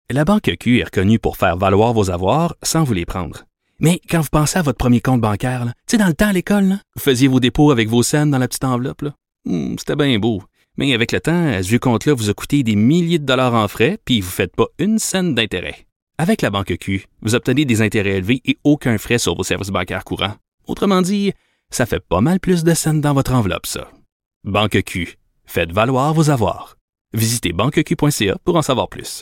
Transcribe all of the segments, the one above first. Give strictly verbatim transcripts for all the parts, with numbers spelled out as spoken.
La Banque Q est reconnue pour faire valoir vos avoirs sans vous les prendre. Mais quand vous pensez à votre premier compte bancaire, tu sais, dans le temps à l'école, là, vous faisiez vos dépôts avec vos scènes dans la petite enveloppe. Là. Hum, c'était bien beau. Mais avec le temps, ce vieux compte-là vous a coûté des milliers de dollars en frais, puis vous ne faites pas une scène d'intérêt. Avec la Banque Q, vous obtenez des intérêts élevés et aucun frais sur vos services bancaires courants. Autrement dit, ça fait pas mal plus de scènes dans votre enveloppe, ça. Banque Q. Faites valoir vos avoirs. Visitez banque q point c a pour en savoir plus.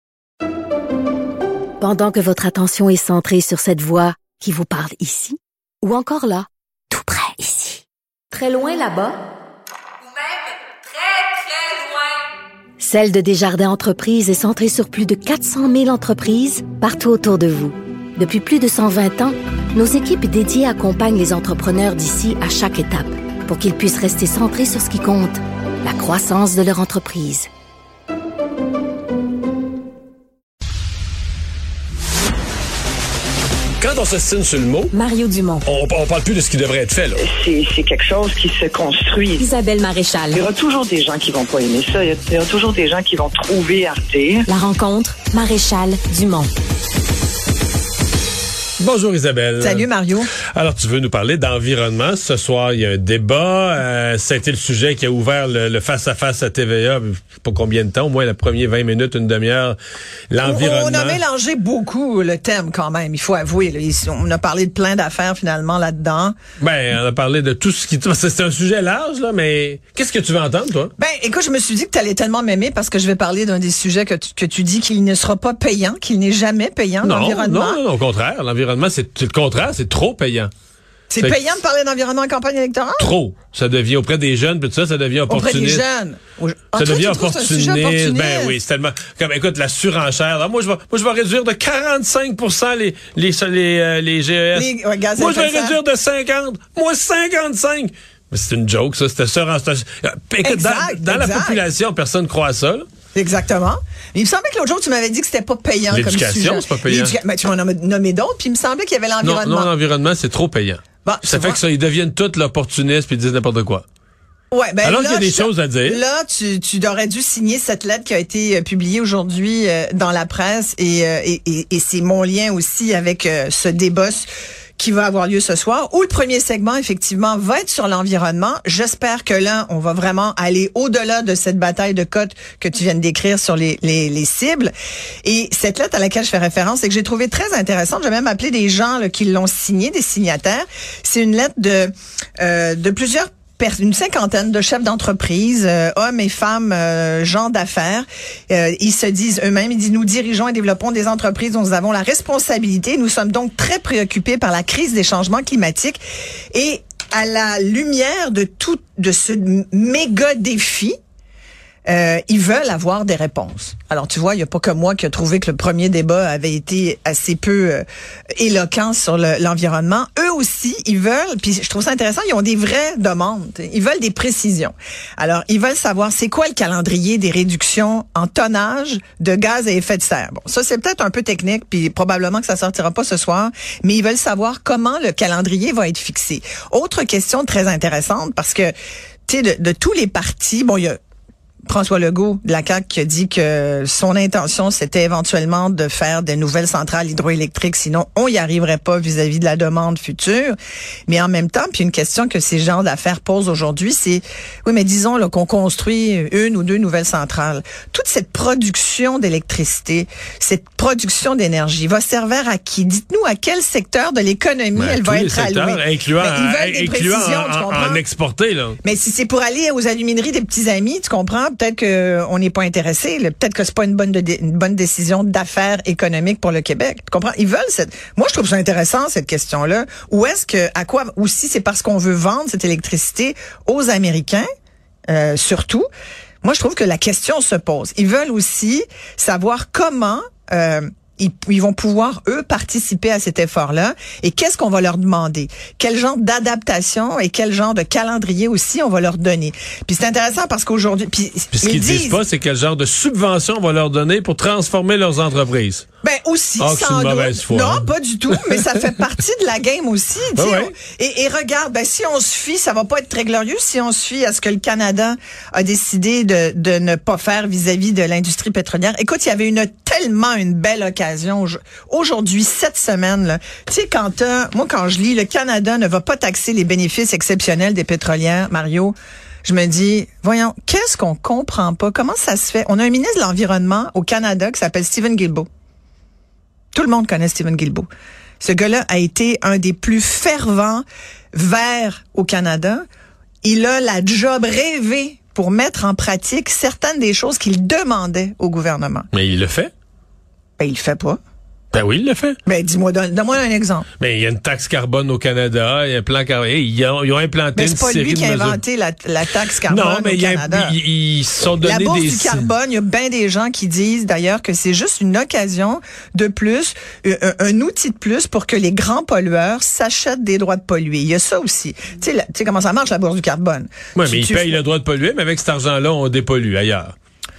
Pendant que votre attention est centrée sur cette voix qui vous parle ici, ou encore là, tout près ici, très loin là-bas, ou même très, très loin, Celle de Desjardins Entreprises est centrée sur plus de quatre cent mille entreprises partout autour de vous. Depuis plus de cent vingt ans, nos équipes dédiées accompagnent les entrepreneurs d'ici à chaque étape pour qu'ils puissent rester centrés sur ce qui compte, la croissance de leur entreprise. Quand on s'estime sur le mot, Mario Dumont. on, on parle plus de ce qui devrait être fait, là. C'est, c'est quelque chose qui se construit. Isabelle Maréchal. Il y aura toujours des gens qui vont pas aimer ça. Il y aura toujours des gens qui vont trouver Arte. La rencontre, Maréchal Dumont. Bonjour Isabelle. Salut Mario. Alors tu veux nous parler d'environnement. Ce soir, il y a un débat. Euh, ça a été le sujet qui a ouvert le, le face-à-face à T V A. Pas combien de temps, au moins les premiers vingt minutes, une demi-heure. L'environnement. On, on a mélangé beaucoup le thème quand même, il faut avouer. Là. On a parlé de plein d'affaires finalement là-dedans. Ben, on a parlé de tout ce qui... C'est un sujet large, là, mais qu'est-ce que tu veux entendre, toi? Ben, écoute, je me suis dit que tu allais tellement m'aimer parce que je vais parler d'un des sujets que tu, que tu dis qu'il ne sera pas payant, qu'il n'est jamais payant, non, l'environnement. Non, non, au contraire. L'environnement, c'est, c'est le contraire, c'est trop payant. C'est fait payant de parler d'environnement en campagne électorale? Trop. Ça devient auprès des jeunes, puis tout ça, ça devient opportuniste. Auprès des jeunes. Ça Entre devient autres, opportuniste. opportuniste. Ben oui, c'est tellement... Comme, écoute, la surenchère. Alors, moi, je vais, moi, je vais réduire de quarante-cinq pour cent les, les, les, euh, les G E S. Les, ouais, gaz moi, je vais effet de réduire de cinquante. Moi, cinquante-cinq. Mais c'est une joke, ça. C'était surenchère. Écoute, Exact, dans, dans exact. la population, personne ne croit à ça, là. Exactement. Mais il me semblait que l'autre jour, tu m'avais dit que c'était pas payant comme sujet. L'éducation, c'est pas payant. L'éduca- Mais tu m'en as nommé d'autres, puis il me semblait qu'il y avait Non, l'environnement. non, l'environnement, c'est trop payant. Bon, ça tu fait vois. que ça, ils deviennent tous l'opportuniste puis ils disent n'importe quoi. Ouais, ben Alors là, qu'il y a des je- choses à dire. Là, tu, tu aurais dû signer cette lettre qui a été euh, publiée aujourd'hui euh, dans la presse et, euh, et, et, et c'est mon lien aussi avec euh, ce débat qui va avoir lieu ce soir, où le premier segment, effectivement, va être sur l'environnement. J'espère que là, on va vraiment aller au-delà de cette bataille de cotes que tu viens de décrire sur les, les, les cibles. Et cette lettre à laquelle je fais référence et que j'ai trouvé très intéressante, j'ai même appelé des gens là, qui l'ont signée, des signataires. C'est une lettre de, euh, de plusieurs une cinquantaine de chefs d'entreprise, euh, hommes et femmes, euh, gens d'affaires. Euh, ils se disent eux-mêmes, ils disent, nous dirigeons et développons des entreprises dont nous avons la responsabilité. Nous sommes donc très préoccupés par la crise des changements climatiques. Et à la lumière de tout, de ce méga défi, Euh, ils veulent avoir des réponses. Alors, tu vois, il n'y a pas que moi qui a trouvé que le premier débat avait été assez peu euh, éloquent sur le, l'environnement. Eux aussi, ils veulent, puis je trouve ça intéressant, ils ont des vraies demandes. Ils veulent des précisions. Alors, ils veulent savoir c'est quoi le calendrier des réductions en tonnage de gaz à effet de serre. Bon, ça, c'est peut-être un peu technique, puis probablement que ça sortira pas ce soir, mais ils veulent savoir comment le calendrier va être fixé. Autre question très intéressante, parce que, tu sais, de, de tous les partis, bon, il y a François Legault de la C A Q qui a dit que son intention, c'était éventuellement de faire des nouvelles centrales hydroélectriques, sinon on n'y arriverait pas vis-à-vis de la demande future. Mais en même temps, puis une question que ces gens d'affaires posent aujourd'hui, c'est, oui, mais disons là, qu'on construit une ou deux nouvelles centrales. Toute cette production d'électricité, cette production d'énergie va servir à qui? Dites-nous à quel secteur de l'économie Ben, elle tous va les être secteurs, allouée. incluant, Ben, ils veulent des incluant précisions, en, tu comprends? en exporter, là. Mais si c'est pour aller aux alumineries des petits amis, tu comprends? Peut-être qu'on n'est pas intéressé. Là. Peut-être que c'est pas une bonne, de, une bonne décision d'affaires économiques pour le Québec. Tu comprends? Ils veulent cette... Moi, je trouve ça intéressant, cette question-là. Ou est-ce que, à quoi, ou si c'est parce qu'on veut vendre cette électricité aux Américains, euh, surtout. Moi, je trouve que la question se pose. Ils veulent aussi savoir comment... Euh, Ils, ils vont pouvoir, eux, participer à cet effort-là. Et qu'est-ce qu'on va leur demander? Quel genre d'adaptation et quel genre de calendrier aussi on va leur donner? Puis c'est intéressant parce qu'aujourd'hui... Puis, Puis ce qu'ils disent pas, c'est quel genre de subvention on va leur donner pour transformer leurs entreprises. Ben, aussi, Ah, que c'est sans une doute. mauvaise foi, Non, hein. pas du tout, mais ça fait partie de la game aussi. tu sais. Ah ouais. Et, et regarde, ben, si on se fie, ça va pas être très glorieux, si on se fie à ce que le Canada a décidé de, de ne pas faire vis-à-vis de l'industrie pétrolière. Écoute, il y avait une tellement une belle occasion aujourd'hui, cette semaine. Là. Tu sais, quand t'as, moi, quand je lis, le Canada ne va pas taxer les bénéfices exceptionnels des pétrolières, Mario, je me dis, voyons, qu'est-ce qu'on comprend pas? Comment ça se fait? On a un ministre de l'Environnement au Canada qui s'appelle Stephen Guilbeault. Tout le monde connaît Stephen Guilbeault. Ce gars-là a été un des plus fervents verts au Canada. Il a la job rêvée pour mettre en pratique certaines des choses qu'il demandait au gouvernement. Mais il le fait. Ben, il le fait pas. Ben oui, il le fait. Ben, dis-moi, donne, donne-moi un exemple. Mais il y a une taxe carbone au Canada, il y a un plan carbone. Hey, ils, ont, ils ont implanté Mais une c'est pas série lui de qui a mesures. inventé la, la taxe carbone Non, mais au il y a- Canada. ils ils se sont donné La bourse des... du carbone, il y a bien des gens qui disent d'ailleurs que c'est juste une occasion de plus, un, un outil de plus pour que les grands pollueurs s'achètent des droits de polluer. Il y a ça aussi. Tu sais, la- tu sais comment ça marche la bourse du carbone? Oui, Tu- mais ils tu- payent le droit de polluer, mais avec cet argent-là, on dépollue ailleurs.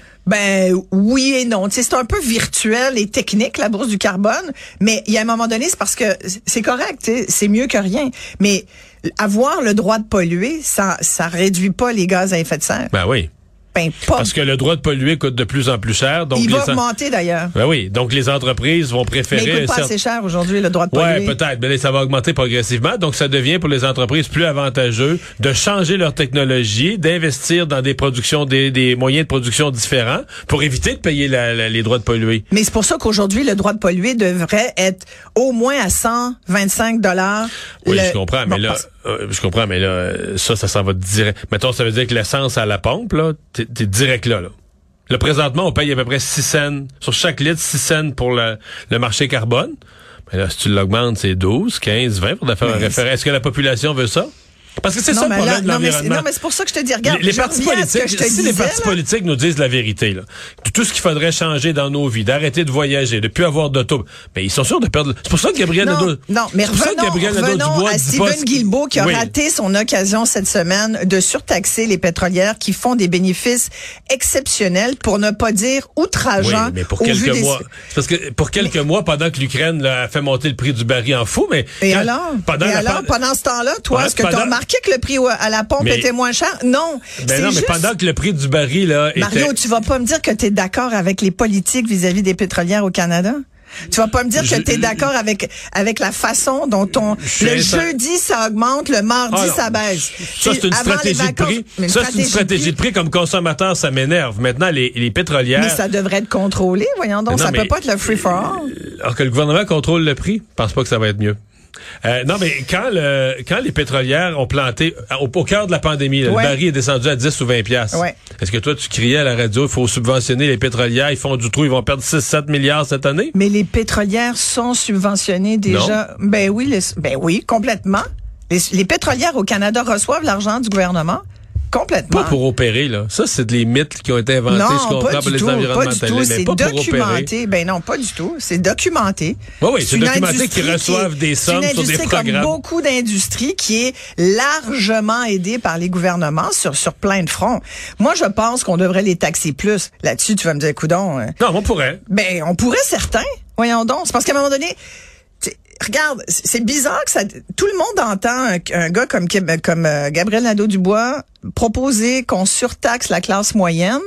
Ben oui et non. Tu sais, c'est un peu virtuel et technique, la bourse du carbone, mais il y a un moment donné, c'est parce que c'est correct, tu sais, c'est mieux que rien. Mais avoir le droit de polluer, ça ça réduit pas les gaz à effet de serre. Ben oui. Ben pas. Parce que le droit de polluer coûte de plus en plus cher. Donc il les va en- augmenter d'ailleurs. Ben oui, donc les entreprises vont Mais préférer... il coûte pas certes- assez cher aujourd'hui, le droit de Ouais, polluer. peut-être. Mais là, ça va augmenter progressivement. Donc, ça devient pour les entreprises plus avantageux de changer leur technologie, d'investir dans des productions, des, des moyens de production différents pour éviter de payer la- la- les droits de polluer. Mais c'est pour ça qu'aujourd'hui, le droit de polluer devrait être au moins à cent vingt-cinq dollars. Oui, Le- je comprends, mais Bon, là, parce- euh, je comprends, mais là, euh, ça, ça s'en va direct. Mettons, ça veut dire que l'essence à la pompe, là, t'es, t'es direct là, là. Là, présentement, on paye à peu près six cents, sur chaque litre, six cents pour le, le marché carbone. Mais là, si tu l'augmentes, c'est douze, quinze, vingt pour faire un Mais référé. Est-ce que la population veut ça? Parce que c'est non, ça le mais problème là- de non, mais c'est- l'environnement. non, mais c'est pour ça que je te dis, regarde, Les, les je partis reviens à ce que politiques, je te si les disais, partis là. politiques nous disent la vérité, là, tout ce qu'il faudrait changer dans nos vies, d'arrêter de voyager, de plus avoir d'auto, mais ils sont sûrs de perdre. C'est pour ça que Gabriel Non, Nadeau, non, mais c'est pour ça que revenons, Gabriel revenons Nadeau-Dubois à dit pas Stephen ce- Guilbeault qui a Oui. raté son occasion cette semaine de surtaxer les pétrolières qui font des bénéfices exceptionnels, pour ne pas dire Oui, outrageants. mais pour au vu quelques des- mois. C'est parce que pour quelques mois, pendant que l'Ukraine là, a fait monter le prix du baril en fou, mais Et quand- alors? pendant Et la alors, pan- pendant ce temps-là, toi, Ouais, est-ce que tu as pendant- remarqué que le prix au- à la pompe Mais- était moins cher? Non. Ben C'est non, mais juste- pendant que le prix du baril là Mario, était... tu vas pas me dire que tu es d'accord avec les politiques vis-à-vis des pétrolières au Canada? Tu vas pas me dire Je- que tu es d'accord avec avec la façon dont on suis le insa- jeudi ça augmente, le mardi Ah non. ça baisse. Ça, c'est une Avant les stratégie de vacances- prix. mais une Ça, c'est une stratégie prix. de prix. Comme consommateur, ça m'énerve. Maintenant, les, les pétrolières... Mais ça devrait être contrôlé, voyons donc. Mais non, ça mais- peut pas être le free for all. Alors que le gouvernement contrôle le prix, je pense pas que ça va être mieux. Euh, non, mais quand le quand les pétrolières ont planté au, au cœur de la pandémie, là, Ouais. le baril est descendu à dix ou vingt piastres. Ouais. Est-ce que toi, tu criais à la radio, il faut subventionner les pétrolières, ils font du trou, ils vont perdre six sept milliards cette année? Mais les pétrolières sont subventionnées déjà. Ben oui, les- ben oui, complètement. Les, les pétrolières au Canada reçoivent l'argent du gouvernement. Complètement. Pas pour opérer, là. Ça, c'est des mythes qui ont été inventés, je Non, comprends, pas pour du les tout, pas du environnementalistes, tout. mais C'est pas pour opérer. documenté. Ben non, pas du tout. C'est documenté. Oui, oui, c'est une documenté industrie qu'ils reçoivent qui est- des sommes c'est une sur des industrie programmes. comme beaucoup d'industries qui est largement aidée par les gouvernements sur sur plein de fronts. Moi, je pense qu'on devrait les taxer plus. Là-dessus, tu vas me dire, coudon. euh, Non, on pourrait. Ben, on pourrait certains. Voyons donc. C'est parce qu'à un moment donné, tu sais, regarde, c'est c'est bizarre que ça. Tout le monde entend un, un gars comme comme euh, Gabriel Nadeau-Dubois proposer qu'on surtaxe la classe moyenne.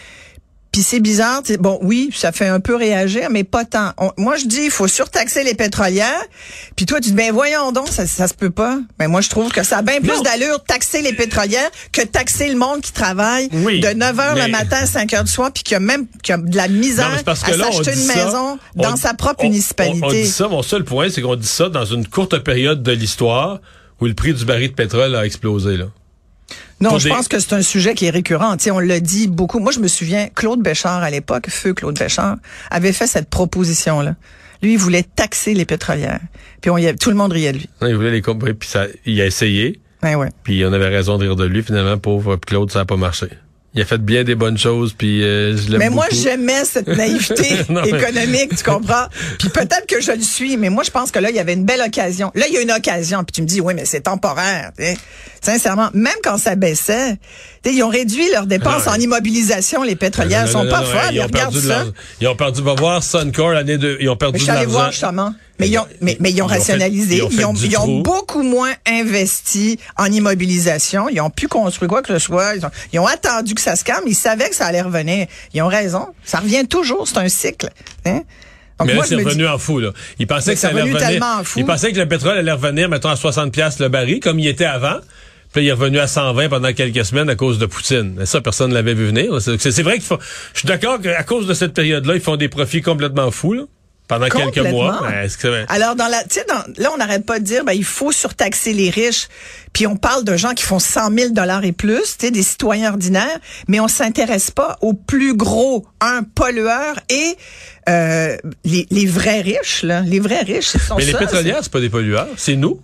Puis c'est bizarre, t'sais, bon oui, ça fait un peu réagir, mais pas tant. On- moi je dis, il faut surtaxer les pétrolières. Puis toi tu dis, ben voyons donc, ça, ça se peut pas. Ben moi je trouve que ça a bien plus Non. d'allure de taxer les pétrolières que taxer le monde qui travaille Oui, de neuf heures mais- le matin à cinq heures du soir, puis qui a même qui a de la misère Non, mais c'est parce à que là, on s'acheter dit une ça, maison on- dans sa propre on- municipalité. On, on dit ça, mon seul point, c'est qu'on dit ça dans une courte période de l'histoire où le prix du baril de pétrole a explosé, là. Non, Pour je des- pense que c'est un sujet qui est récurrent. Tu sais, on l'a dit beaucoup. Moi, je me souviens, Claude Béchard, à l'époque, feu Claude Béchard, avait fait cette proposition-là. Lui, il voulait taxer les pétrolières. Puis on y a- tout le monde riait de lui. Non, il voulait les compris, puis ça, il a essayé, Ouais, ouais. puis on avait raison de rire de lui. Finalement, pauvre Claude, ça n'a pas marché. Il a fait bien des bonnes choses, puis euh, je l'aime Mais moi, beaucoup. j'aimais cette naïveté non, mais... économique, tu comprends? Puis peut-être que je le suis, mais moi, je pense que là, il y avait une belle occasion. Là, il y a une occasion, puis tu me dis, oui, mais c'est temporaire. T'sais. Sincèrement, même quand ça baissait, ils ont réduit leurs dépenses non, en immobilisation. Les pétrolières non, non, sont non, pas non, folles, ils ils ont regardent perdu de ça. l'argent. Ils ont perdu, va voir Suncor l'année de, ils ont perdu Mais je de suis allé l'argent. voir justement. Mais ils ont, mais, mais ils ont Ils ont rationalisé. fait- ils ont fait ils ont, du ils ont trou. beaucoup moins investi en immobilisation. Ils ont pu construire quoi que ce soit. Ils ont, ils ont attendu que ça se calme. Ils savaient que ça allait revenir. Ils ont raison. Ça revient toujours. C'est un cycle. Hein? Donc Mais moi, là, je c'est me revenu dis, en fou, là. Ils pensaient Mais que ça c'est allait revenu revenir. tellement en fou. Ils pensaient que le pétrole allait revenir, mettons, à soixante piastres le baril, comme il était avant. Puis là, il est revenu à cent vingt pendant quelques semaines à cause de Poutine. Et ça, personne ne l'avait vu venir. C'est, c'est vrai qu'il faut, je suis d'accord qu'à cause de cette période-là, ils font des profits complètement fous, là. Pendant quelques mois. Ben, est-ce que... Alors, dans la, tu sais, là, on n'arrête pas de dire, ben, il faut surtaxer les riches. Puis on parle de gens qui font cent mille dollars et plus, tu sais, des citoyens ordinaires, mais on s'intéresse pas aux plus gros, un, pollueurs et euh, les, les vrais riches, là. Les vrais riches, ce sont Mais ça, les pétrolières, c'est... c'est pas des pollueurs, c'est nous.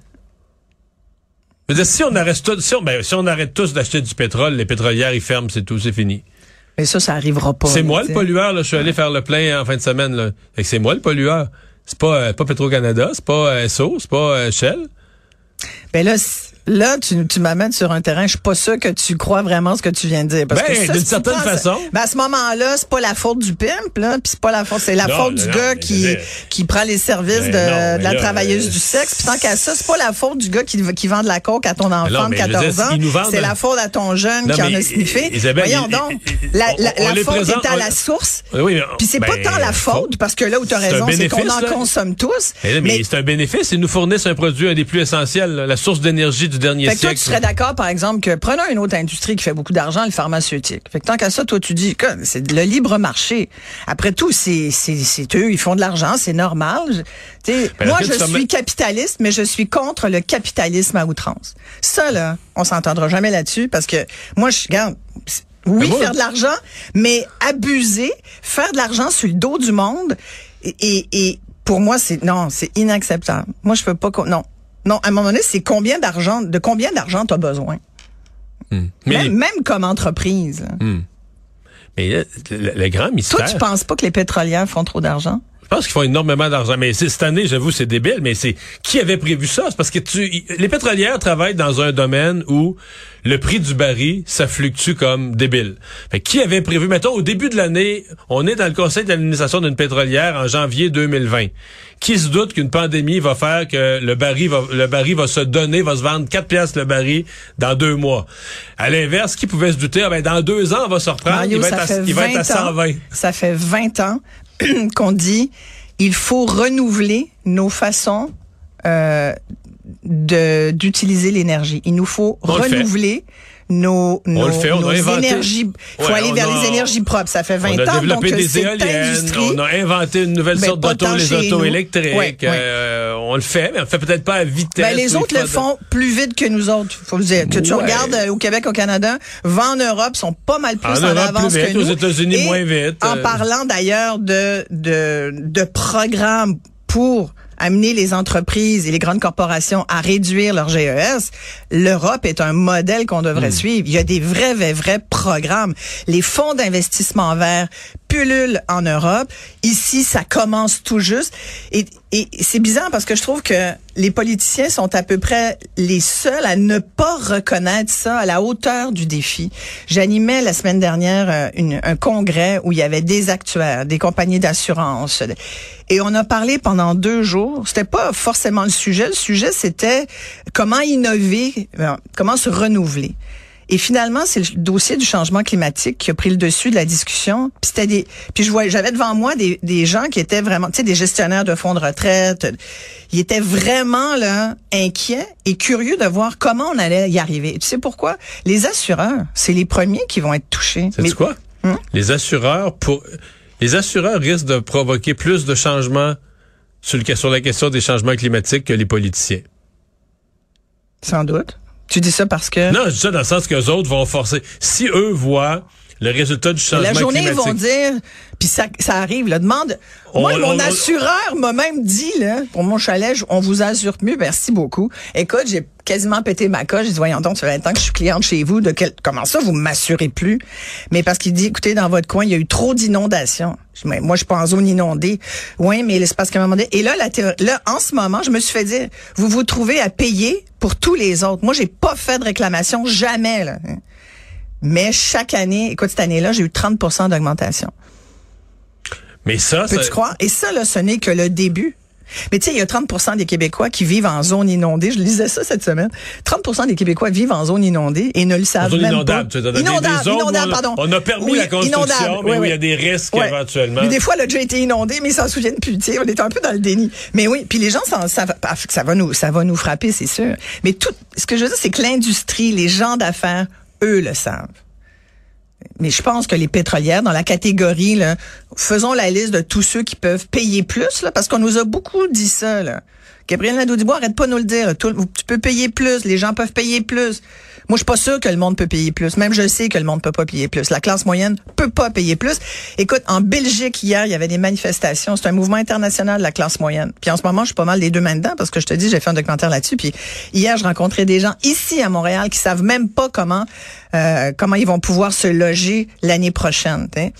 Je veux dire, si on arrête tout, si on, ben, si on arrête tous d'acheter du pétrole, les pétrolières, ils ferment, c'est tout, c'est fini. Mais ça, ça arrivera pas. C'est là, moi t'sais. le pollueur, là. Je suis allé faire le plein en fin de semaine, là. Fait que c'est moi le pollueur. C'est pas, euh, pas Petro-Canada, c'est pas euh, S O, c'est pas euh, Shell. Ben là, là, tu, tu m'amènes sur un terrain, je suis pas sûr que tu crois vraiment ce que tu viens de dire. Parce Ben, que ça, d'une si tu certaine penses- façon. Ben, à ce moment-là, c'est pas la faute du pimp, là, puis c'est pas la faute, c'est la Non, faute non, du non, gars mais qui, je veux dire- qui prend les services Mais de, non, de la mais là, travailleuse euh, du sexe. Puis tant qu'à ça, c'est pas la faute du gars qui, qui vend de la coke à ton enfant non, de mais je veux quatorze dire, ans. ils nous vendent C'est un- la faute à ton jeune Non, qui en mais, a sniffé. Isabelle, Voyons il- donc. il- La, la, on- on la les faute présente- est à on- la source. Oui, mais- Puis c'est ben, pas tant la faute, parce que là où tu as c'est un raison, c'est qu'on bénéfice, en là. consomme tous. Mais, là, mais Mais c'est un bénéfice. Ils nous fournissent un produit, un des plus essentiels, là, la source d'énergie du dernier Fait que toi, siècle. tu serais d'accord, par exemple, que prenons une autre industrie qui fait beaucoup d'argent, le pharmaceutique. Fait que tant qu'à ça, toi, tu dis que c'est le libre marché. Après tout, c'est, c'est, c'est eux, ils font de l'argent, c'est normal. Je- tu sais, Ben, moi, en fait, je tu suis remets- capitaliste, mais je suis contre le capitalisme à outrance. Ça, là, on s'entendra jamais là-dessus parce que moi, je regarde. Oui, Ben, moi- faire de l'argent, mais abuser, faire de l'argent sur le dos du monde, et, et, et pour moi, c'est non, c'est inacceptable. Moi, je peux pas. co- Non, non. À un moment donné, c'est combien d'argent, de combien d'argent t'as besoin. Hmm. Mais, Même, même comme entreprise. là. hmm. mais là, le, le grand mystère. Toi, tu penses pas que les pétrolières font trop d'argent? Je pense qu'ils font énormément d'argent. Mais c'est, cette année, j'avoue, c'est débile, mais c'est qui avait prévu ça? C'est parce que tu, y- les pétrolières travaillent dans un domaine où le prix du baril, ça fluctue comme débile. Fait que qui avait prévu? Mettons, au début de l'année, on est dans le conseil d'administration d'une pétrolière en janvier deux mille vingt. Qui se doute qu'une pandémie va faire que le baril va, le baril va se donner, va se vendre quatre piastres le baril dans deux mois? À l'inverse, qui pouvait se douter? Ah ben, dans deux ans, on va se reprendre. Mario, il va, ça être à, fait il va être à vingt ans, cent vingt. ça fait vingt ans qu'on dit il faut renouveler nos façons euh, de d'utiliser l'énergie. Il nous faut On le fait. renouveler nos, nos, le fait, on a nos inventé. énergies. Il faut Ouais, aller on vers a- les énergies propres. Ça fait vingt On a ans. développé donc, des cette éoliennes, industrie, on a inventé une nouvelle Ben, sorte pas d'auto, tant les chez autos nous. électriques. Ouais, ouais. Euh, on le fait, mais on le fait peut-être pas à vitesse. Ben, les où autres il le faut- font plus vite que nous autres, faut le dire. Que tu Ouais. regardes euh, au Québec, au Canada, vent en Europe sont pas mal plus En en, Europe, avance plus vite, que nous. aux États-Unis, Et moins vite. En Euh. parlant d'ailleurs de, de, de programmes pour amener les entreprises et les grandes corporations à réduire leur G E S, l'Europe est un modèle qu'on devrait Mm. suivre. Il y a des vrais, vrais, vrais programmes. Les fonds d'investissement vert pullulent en Europe. Ici, ça commence tout juste. Et, et c'est bizarre parce que je trouve que les politiciens sont à peu près les seuls à ne pas reconnaître ça à la hauteur du défi. J'animais la semaine dernière euh, une, un congrès où il y avait des actuaires, des compagnies d'assurance. Et on a parlé pendant deux jours. C'était pas forcément le sujet. Le sujet, c'était comment innover, euh, comment se renouveler. Et finalement, c'est le dossier du changement climatique qui a pris le dessus de la discussion. Puis c'était des, puis je voyais, j'avais devant moi des, des gens qui étaient vraiment, tu sais, des gestionnaires de fonds de retraite. Ils étaient vraiment là inquiets et curieux de voir comment on allait y arriver. Et tu sais pourquoi? Les assureurs, c'est les premiers qui vont être touchés. Sais-tu quoi? Hum? Les assureurs, pour, les assureurs risquent de provoquer plus de changements sur, le, sur la question des changements climatiques que les politiciens. Sans doute. Tu dis ça parce que... Non, je dis ça dans le sens qu'eux autres vont forcer. Si eux voient le résultat du changement La journée, climatique. ils vont dire, puis ça, ça arrive, là, demande. On- Moi, mon on- assureur m'a même dit, là, pour mon chalet, je- on vous assure mieux, merci beaucoup. Écoute, j'ai quasiment pété ma coche. J'ai dit, voyons donc, ça fait longtemps que je suis cliente chez vous. De quel, comment ça, vous m'assurez plus? Mais parce qu'il dit, écoutez, dans votre coin, il y a eu trop d'inondations. Je dis, mais moi, je suis pas en zone inondée. Oui, mais c'est parce qu'à un moment donné, et là, la théorie, là, en ce moment, je me suis fait dire, vous vous trouvez à payer pour tous les autres. Moi, j'ai pas fait de réclamation, jamais, là. Mais chaque année, écoute, cette année-là, j'ai eu trente pour cent d'augmentation. Mais ça, Peux-tu ça... croire? Et ça, là, ce n'est que le début. Mais tu sais, il y a trente pour cent des Québécois qui vivent en zone inondée. Je lisais ça cette semaine. trente pour cent des Québécois vivent en zone inondée et ne le savent zone même inondable, pas. tu veux dire, Inondable, des, des zones inondable, où on, pardon. on a permis Oui, la construction, inondable, mais oui, où oui. il y a des risques Ouais. éventuellement. Mais des fois, elle a déjà été inondée, mais ils s'en souviennent plus. Tu sais, on est un peu dans le déni. Mais oui, puis les gens, ça, ça, va- ça va nous, ça va nous frapper, c'est sûr. Mais tout, ce que je veux dire, c'est que l'industrie, les gens d'affaires, eux le savent. Mais je pense que les pétrolières, dans la catégorie, là, faisons la liste de tous ceux qui peuvent payer plus, là, parce qu'on nous a beaucoup dit ça, là. Gabriel Nadeau-Dubois, arrête pas de nous le dire. Tout, tu peux payer plus, les gens peuvent payer plus. Moi, je suis pas sûre que le monde peut payer plus. Même je sais que le monde peut pas payer plus. La classe moyenne peut pas payer plus. Écoute, en Belgique, hier, il y avait des manifestations. C'est un mouvement international de la classe moyenne. Puis en ce moment, je suis pas mal les deux mains dedans parce que je te dis, j'ai fait un documentaire là-dessus. Puis hier, je rencontrais des gens ici à Montréal qui savent même pas comment euh, comment ils vont pouvoir se loger l'année prochaine. T'sais.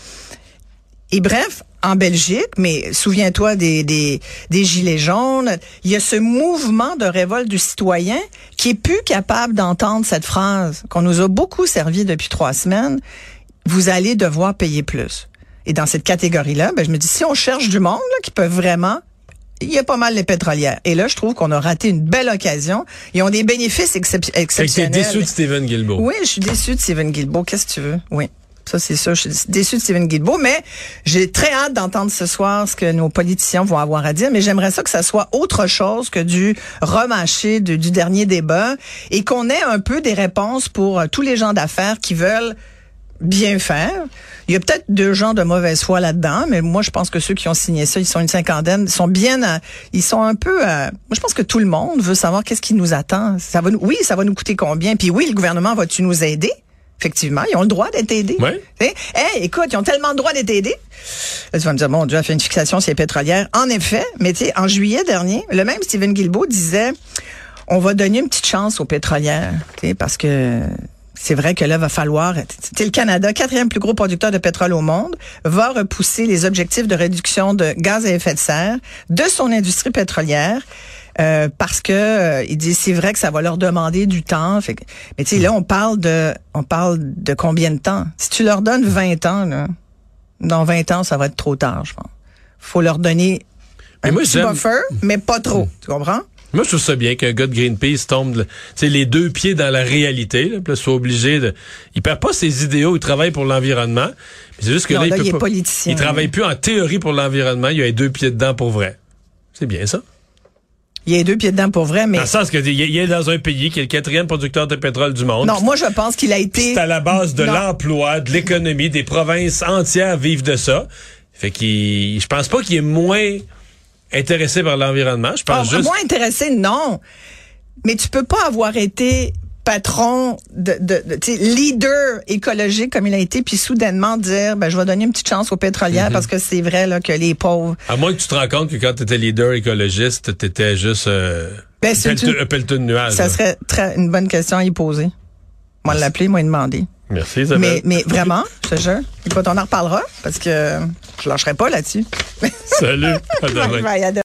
Et bref, en Belgique, mais souviens-toi des, des, des Gilets jaunes, il y a ce mouvement de révolte du citoyen qui est plus capable d'entendre cette phrase qu'on nous a beaucoup servi depuis trois semaines. Vous allez devoir payer plus. Et dans cette catégorie-là, ben, je me dis, si on cherche du monde là, qui peut vraiment, il y a pas mal les pétrolières. Et là, je trouve qu'on a raté une belle occasion. Ils ont des bénéfices excep- Fait que t'es exceptionnels. déçu de Stephen Guilbeault. Oui, je suis déçue de Stephen Guilbeault. Qu'est-ce que tu veux? Oui. Ça, c'est ça. Je suis déçue de Stephen Guilbeault, mais j'ai très hâte d'entendre ce soir ce que nos politiciens vont avoir à dire. Mais j'aimerais ça que ça soit autre chose que du remâché de, du dernier débat et qu'on ait un peu des réponses pour euh, tous les gens d'affaires qui veulent bien faire. Il y a peut-être deux gens de mauvaise foi là-dedans, mais moi, je pense que ceux qui ont signé ça, ils sont une cinquantaine, ils sont bien, à, ils sont un peu, à, moi, je pense que tout le monde veut savoir qu'est-ce qui nous attend. Ça va nous, oui, ça va nous coûter combien? Puis oui, le gouvernement va-tu nous aider? Effectivement, ils ont le droit d'être aidés. Ouais. Hey, hey, écoute, ils ont tellement le droit d'être aidés. Là, tu vas me dire, bon, Dieu a fait une fixation sur les pétrolières. En effet, mais tu sais, en juillet dernier, le même Stephen Guilbeault disait, on va donner une petite chance aux pétrolières, tu sais, parce que c'est vrai que là, va falloir, tu sais, le Canada, quatrième plus gros producteur de pétrole au monde, va repousser les objectifs de réduction de gaz à effet de serre de son industrie pétrolière. Euh, parce que euh, il dit c'est vrai que ça va leur demander du temps. Fait que, mais tu sais là on parle de on parle de combien de temps? Si tu leur donnes vingt ans là, dans vingt ans ça va être trop tard, je pense. Faut leur donner un moi, petit j'aime- buffer, mais pas trop. Tu comprends? Moi, je trouve ça bien qu'un gars de Greenpeace tombe, tu sais, les deux pieds dans la réalité, là, puis là, soit obligé de... Il perd pas ses idéaux, il travaille pour l'environnement, mais c'est juste que Non, là, là, il peut il est pas... politicien. Il travaille plus en théorie pour l'environnement, il a les deux pieds dedans pour vrai. C'est bien ça. Il y a deux pieds dedans pour vrai, mais Dans le sens que il il est dans un pays qui est le quatrième producteur de pétrole du monde. non, moi je pense qu'il a été. C'est à la base de Non. l'emploi, de l'économie, des provinces entières vivent de ça. Fait qu'il, je pense pas qu'il est moins intéressé par l'environnement. Je pense Ah, juste. moins intéressé, non. Mais tu peux pas avoir été patron de, de, de tu sais, leader écologique comme il a été, puis soudainement dire, ben je vais donner une petite chance aux pétrolières Mm-hmm. parce que c'est vrai là que les pauvres. À moins que tu te rends compte que quand tu étais leader écologiste, tu étais juste euh, Ben, c'est pelleteux- une- un pelleteux de nuages. Ça là. serait très, une bonne question à y poser. Moi l'appeler, moi y demander. Merci Isabelle. Mais, mais vraiment, je te jure. Écoute, on en reparlera parce que je lâcherai pas là-dessus. Salut. À demain. Bye, bye, à demain.